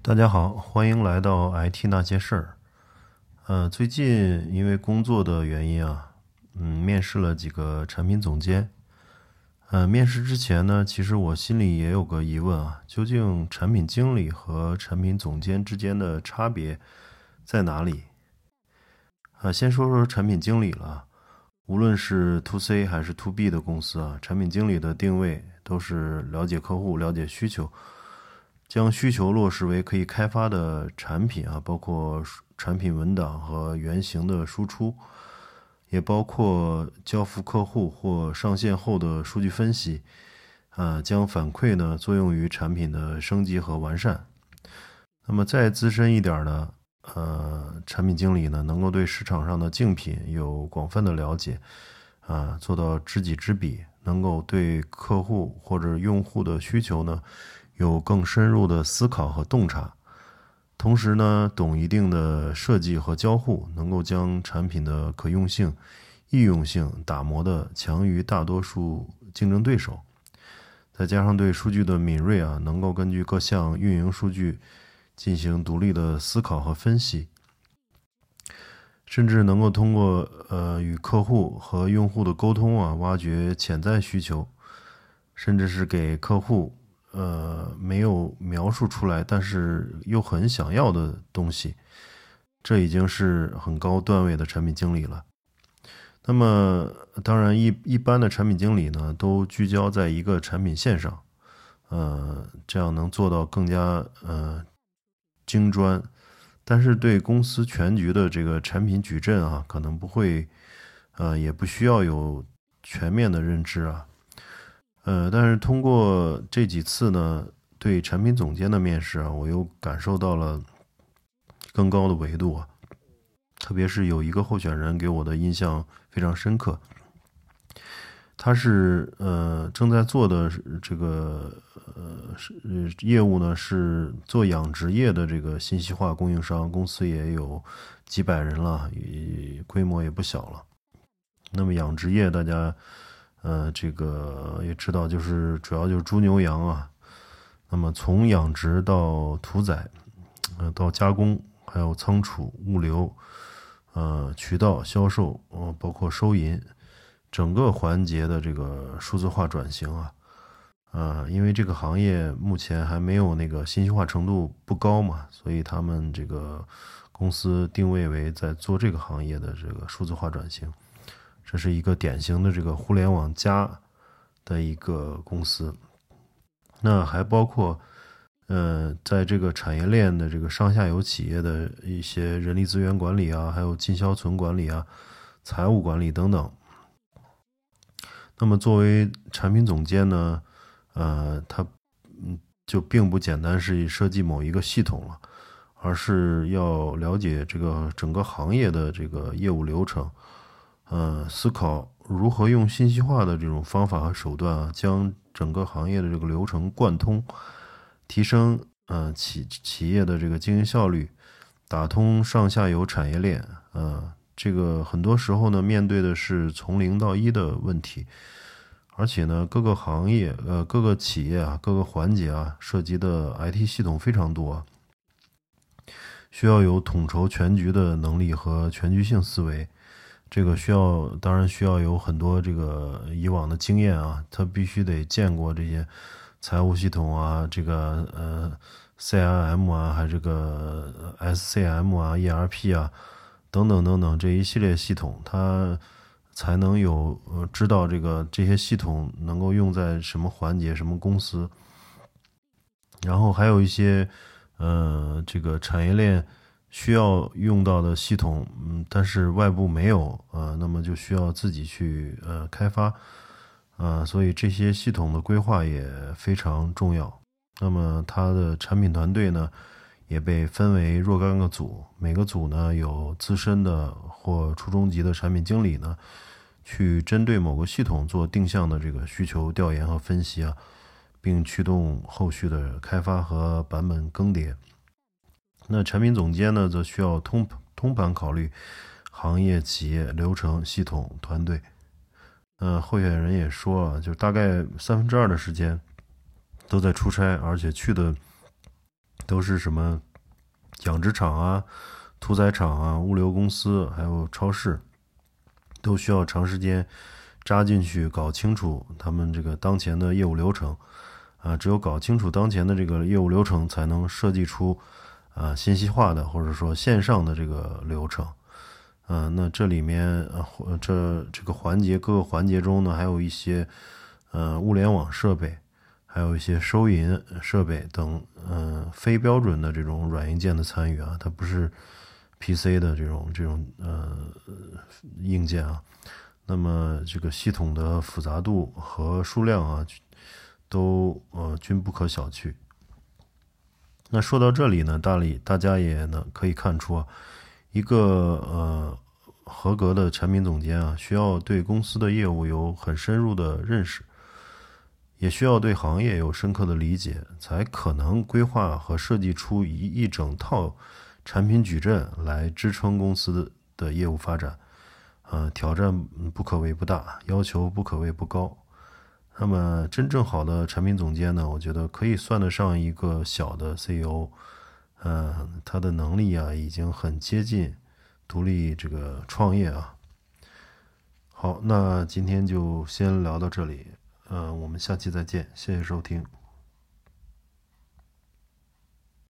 大家好，欢迎来到 IT 那些事儿。最近因为工作的原因啊，面试了几个产品总监。面试之前呢，其实我心里也有个疑问啊，究竟产品经理和产品总监之间的差别在哪里？先说说产品经理了。无论是 To C 还是 To B 的公司啊，产品经理的定位都是了解客户、了解需求，将需求落实为可以开发的产品啊，包括产品文档和原型的输出，也包括交付客户或上线后的数据分析，将反馈呢作用于产品的升级和完善。那么再资深一点的产品经理呢，能够对市场上的竞品有广泛的了解，做到知己知彼，能够对客户或者用户的需求呢有更深入的思考和洞察，同时呢，懂一定的设计和交互，能够将产品的可用性、易用性打磨的强于大多数竞争对手。再加上对数据的敏锐啊，能够根据各项运营数据进行独立的思考和分析，甚至能够通过与客户和用户的沟通啊，挖掘潜在需求，甚至是给客户没有描述出来，但是又很想要的东西，这已经是很高段位的产品经理了。那么，当然一般的产品经理呢，都聚焦在一个产品线上，这样能做到更加精专。但是对公司全局的这个产品矩阵啊，可能不会，也不需要有全面的认知啊。但是通过这几次呢，对产品总监的面试啊，我又感受到了更高的维度啊。特别是有一个候选人给我的印象非常深刻，他是正在做的这个业务呢是做养殖业的这个信息化供应商，公司也有几百人了，规模也不小了。那么养殖业大家这个也知道，就是主要就是猪牛羊啊。那么从养殖到屠宰，到加工，还有仓储、物流。渠道销售，包括收银，整个环节的这个数字化转型啊，因为这个行业目前还没有那个信息化程度不高嘛，所以他们这个公司定位为在做这个行业的这个数字化转型，这是一个典型的这个互联网加的一个公司。那还包括在这个产业链的这个上下游企业的一些人力资源管理啊，还有进销存管理啊、财务管理等等。那么作为产品总监呢，他就并不简单是设计某一个系统了，而是要了解这个整个行业的这个业务流程，思考如何用信息化的这种方法和手段啊，将整个行业的这个流程贯通。提升企业的这个经营效率，打通上下游产业链，这个很多时候呢面对的是从零到一的问题，而且呢各个行业各个企业啊各个环节啊涉及的 IT 系统非常多，需要有统筹全局的能力和全局性思维。这个当然需要有很多这个以往的经验啊，他必须得见过这些财务系统啊，这个CRM 啊，还这个SCM 啊、ERP 啊等等等等这一系列系统，它才能有知道这些系统能够用在什么环节、什么公司。然后还有一些这个产业链需要用到的系统，但是外部没有那么就需要自己去开发所以这些系统的规划也非常重要。那么它的产品团队呢也被分为若干个组，每个组呢有资深的或初中级的产品经理呢去针对某个系统做定向的这个需求调研和分析啊，并驱动后续的开发和版本更迭。那产品总监呢，则需要通盘考虑行业、企业、流程、系统、团队。候选人也说了，就大概2/3的时间都在出差，而且去的都是什么养殖场啊、屠宰场啊、物流公司，还有超市，都需要长时间扎进去搞清楚他们这个当前的业务流程啊，只有搞清楚当前的这个业务流程，才能设计出信息化的或者说线上的这个流程。那这里面这个环节各个环节中呢，还有一些物联网设备，还有一些收银设备等非标准的这种软硬件的参与啊，它不是 PC 的这种硬件啊。那么这个系统的复杂度和数量啊，都均不可小觑。那说到这里呢，大家也呢可以看出啊，一个合格的产品总监啊，需要对公司的业务有很深入的认识，也需要对行业有深刻的理解，才可能规划和设计出一整套产品矩阵来支撑公司的业务发展。挑战不可谓不大，要求不可谓不高。那么真正好的产品总监呢，我觉得可以算得上一个小的 CEO。他的能力啊，已经很接近独立这个创业啊。好，那今天就先聊到这里，我们下期再见，谢谢收听。